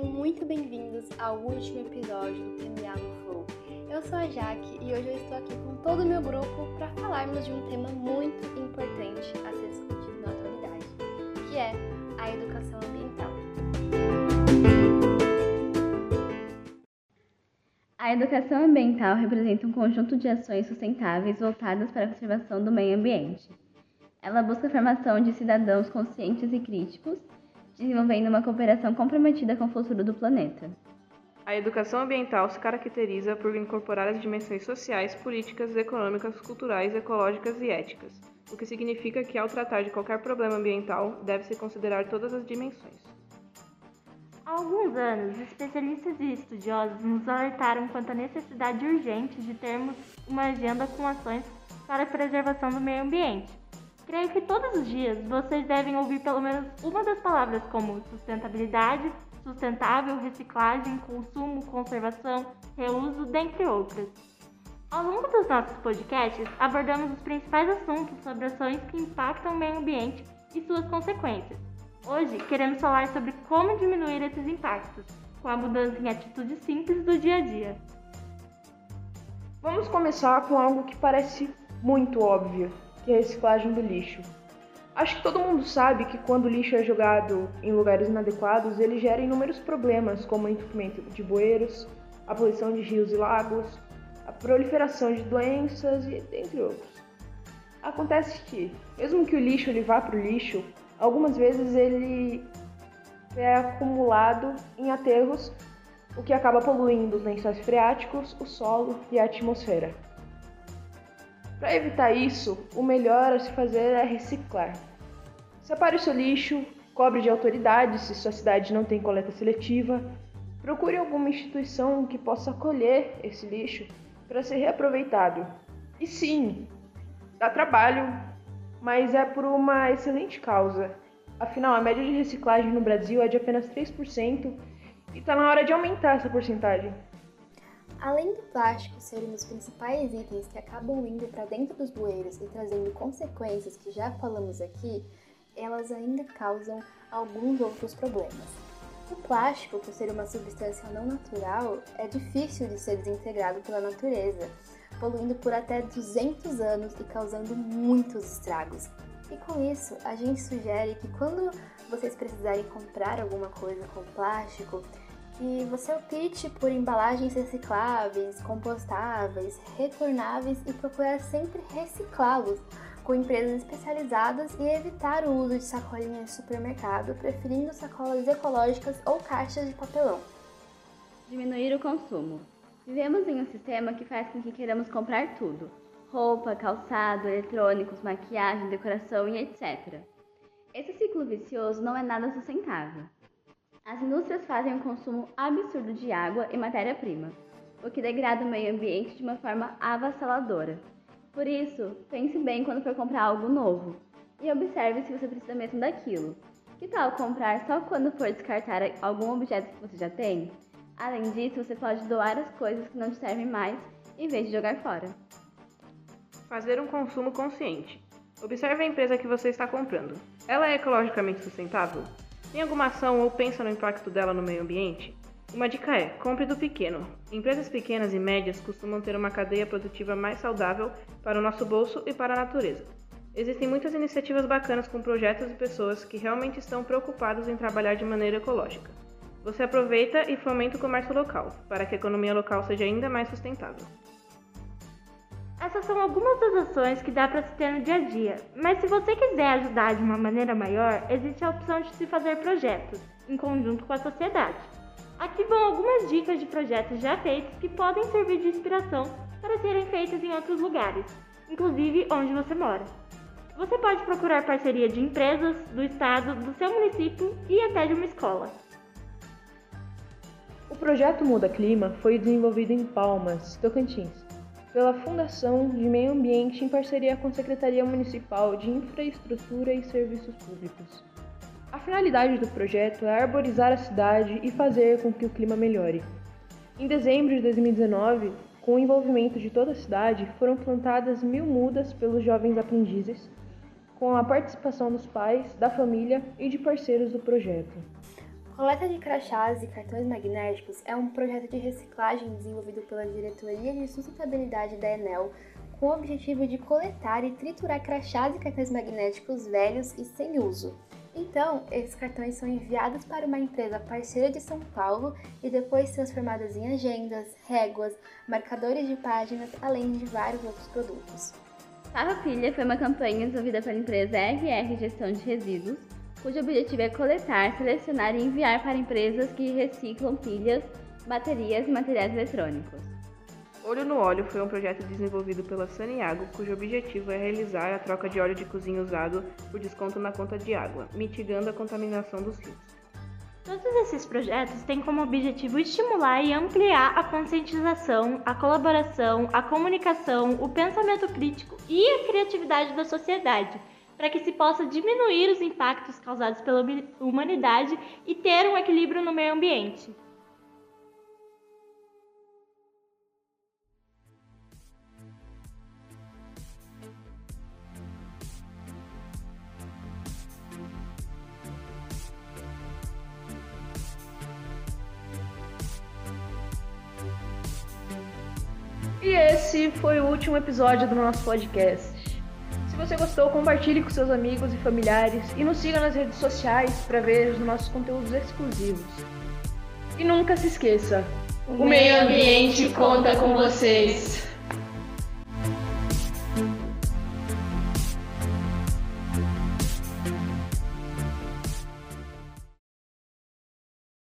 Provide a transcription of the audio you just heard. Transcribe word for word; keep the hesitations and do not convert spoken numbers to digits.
Sejam muito bem-vindos ao último episódio do P M A no Flow. Eu sou a Jaque e hoje eu estou aqui com todo o meu grupo para falarmos de um tema muito importante a ser discutido na atualidade, que é a educação ambiental. A educação ambiental representa um conjunto de ações sustentáveis voltadas para a conservação do meio ambiente. Ela busca a formação de cidadãos conscientes e críticos, desenvolvendo uma cooperação comprometida com o futuro do planeta. A educação ambiental se caracteriza por incorporar as dimensões sociais, políticas, econômicas, culturais, ecológicas e éticas, o que significa que, ao tratar de qualquer problema ambiental, deve-se considerar todas as dimensões. Há alguns anos, especialistas e estudiosos nos alertaram quanto à necessidade urgente de termos uma agenda com ações para a preservação do meio ambiente. Creio que todos os dias vocês devem ouvir pelo menos uma das palavras como sustentabilidade, sustentável, reciclagem, consumo, conservação, reuso, dentre outras. Ao longo dos nossos podcasts, abordamos os principais assuntos sobre ações que impactam o meio ambiente e suas consequências. Hoje, queremos falar sobre como diminuir esses impactos, com a mudança em atitudes simples do dia a dia. Vamos começar com algo que parece muito óbvio, que é a reciclagem do lixo. Acho que todo mundo sabe que quando o lixo é jogado em lugares inadequados, ele gera inúmeros problemas, como o entupimento de bueiros, a poluição de rios e lagos, a proliferação de doenças e entre outros. Acontece que, mesmo que o lixo ele vá para o lixo, algumas vezes ele é acumulado em aterros, o que acaba poluindo os lençóis freáticos, o solo e a atmosfera. Para evitar isso, o melhor a se fazer é reciclar. Separe o seu lixo, cobre de autoridades se sua cidade não tem coleta seletiva, procure alguma instituição que possa acolher esse lixo para ser reaproveitado. E sim, dá trabalho, mas é por uma excelente causa. Afinal, a média de reciclagem no Brasil é de apenas três por cento e está na hora de aumentar essa porcentagem. Além do plástico ser um dos principais itens que acabam indo para dentro dos bueiros e trazendo consequências que já falamos aqui, elas ainda causam alguns outros problemas. O plástico, por ser uma substância não natural, é difícil de ser desintegrado pela natureza, poluindo por até duzentos anos e causando muitos estragos. E com isso, a gente sugere que quando vocês precisarem comprar alguma coisa com plástico, que você opte por embalagens recicláveis, compostáveis, retornáveis e procurar sempre reciclá-los com empresas especializadas e evitar o uso de sacolinhas de supermercado, preferindo sacolas ecológicas ou caixas de papelão. Diminuir o consumo. Vivemos em um sistema que faz com que queiramos comprar tudo: roupa, calçado, eletrônicos, maquiagem, decoração e etcétera. Esse ciclo vicioso não é nada sustentável. As indústrias fazem um consumo absurdo de água e matéria-prima, o que degrada o meio ambiente de uma forma avassaladora. Por isso, pense bem quando for comprar algo novo e observe se você precisa mesmo daquilo. Que tal comprar só quando for descartar algum objeto que você já tem? Além disso, você pode doar as coisas que não te servem mais em vez de jogar fora. Fazer um consumo consciente. Observe a empresa que você está comprando. Ela é ecologicamente sustentável? Tem alguma ação ou pensa no impacto dela no meio ambiente? Uma dica é, compre do pequeno. Empresas pequenas e médias costumam ter uma cadeia produtiva mais saudável para o nosso bolso e para a natureza. Existem muitas iniciativas bacanas com projetos e pessoas que realmente estão preocupados em trabalhar de maneira ecológica. Você aproveita e fomenta o comércio local, para que a economia local seja ainda mais sustentável. Essas são algumas das ações que dá para se ter no dia a dia, mas se você quiser ajudar de uma maneira maior, existe a opção de se fazer projetos, em conjunto com a sociedade. Aqui vão algumas dicas de projetos já feitos que podem servir de inspiração para serem feitos em outros lugares, inclusive onde você mora. Você pode procurar parceria de empresas, do estado, do seu município e até de uma escola. O projeto Muda Clima foi desenvolvido em Palmas, Tocantins, pela Fundação de Meio Ambiente em parceria com a Secretaria Municipal de Infraestrutura e Serviços Públicos. A finalidade do projeto é arborizar a cidade e fazer com que o clima melhore. Em dezembro de dois mil e dezenove, com o envolvimento de toda a cidade, foram plantadas mil mudas pelos jovens aprendizes, com a participação dos pais, da família e de parceiros do projeto. Coleta de crachás e cartões magnéticos é um projeto de reciclagem desenvolvido pela Diretoria de Sustentabilidade da Enel com o objetivo de coletar e triturar crachás e cartões magnéticos velhos e sem uso. Então, esses cartões são enviados para uma empresa parceira de São Paulo e depois transformados em agendas, réguas, marcadores de páginas, além de vários outros produtos. Farroupilha foi uma campanha desenvolvida pela empresa R R Gestão de Resíduos, cujo objetivo é coletar, selecionar e enviar para empresas que reciclam pilhas, baterias e materiais eletrônicos. Olho no Óleo foi um projeto desenvolvido pela Saniago, cujo objetivo é realizar a troca de óleo de cozinha usado por desconto na conta de água, mitigando a contaminação dos rios. Todos esses projetos têm como objetivo estimular e ampliar a conscientização, a colaboração, a comunicação, o pensamento crítico e a criatividade da sociedade, para que se possa diminuir os impactos causados pela humanidade e ter um equilíbrio no meio ambiente. E esse foi o último episódio do nosso podcast. Se você gostou, compartilhe com seus amigos e familiares e nos siga nas redes sociais para ver os nossos conteúdos exclusivos. E nunca se esqueça, o meio ambiente conta com vocês!